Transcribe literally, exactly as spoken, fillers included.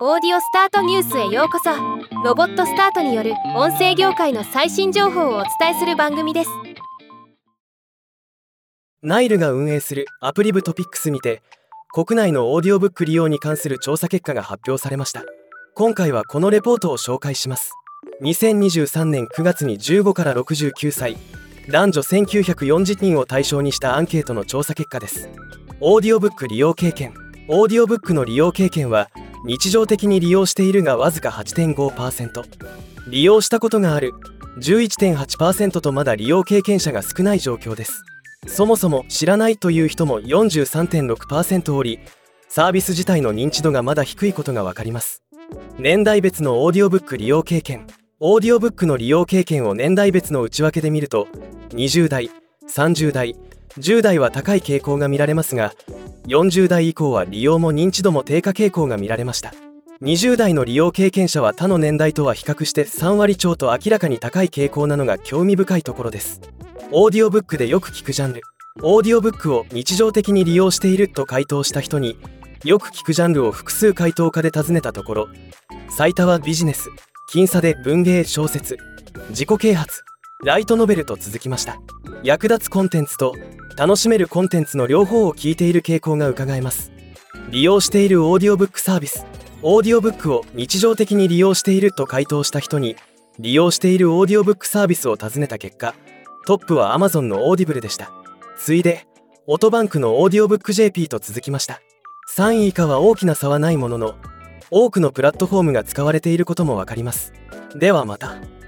オーディオスタートニュースへようこそ。ロボットスタートによる音声業界の最新情報をお伝えする番組です。 ナイルが運営するアプリ部トピックスにて国内のオーディオブック利用に関する調査結果が発表されました。今回はこのレポートを紹介します。にせんにじゅうさんねんくがつにじゅうごからろくじゅうきゅうさい男女せんきゅうひゃくよんじゅうにんを対象にしたアンケートの調査結果です。オーディオブック利用経験。オーディオブックの利用経験は日常的に利用しているがわずか はちてんごパーセント、 利用したことがある じゅういちてんはちパーセント とまだ利用経験者が少ない状況です。そもそも知らないという人も よんじゅうさんてんろくパーセント おり、サービス自体の認知度がまだ低いことがわかります。年代別のオーディオブック利用経験。オーディオブックの利用経験を年代別の内訳で見ると、にじゅうだい、さんじゅうだい、じゅうだいは高い傾向が見られますが、よんじゅうだい以降は利用も認知度も低下傾向が見られました。にじゅうだいの利用経験者は他の年代とは比較してさんわりちょうと明らかに高い傾向なのが興味深いところです。オーディオブックでよく聞くジャンル。オーディオブックを日常的に利用していると回答した人に、よく聞くジャンルを複数回答化で尋ねたところ、最多はビジネス、僅差で文芸小説、自己啓発、ライトノベルと続きました。役立つコンテンツと楽しめるコンテンツの両方を聞いている傾向がうかがえます。利用しているオーディオブックサービス。オーディオブックを日常的に利用していると回答した人に、利用しているオーディオブックサービスを尋ねた結果、トップは Amazon のオーディブルでした。次いでオトバンクのオーディオブック ジェーピー と続きました。さんい以下は大きな差はないものの、多くのプラットフォームが使われていることもわかります。ではまた。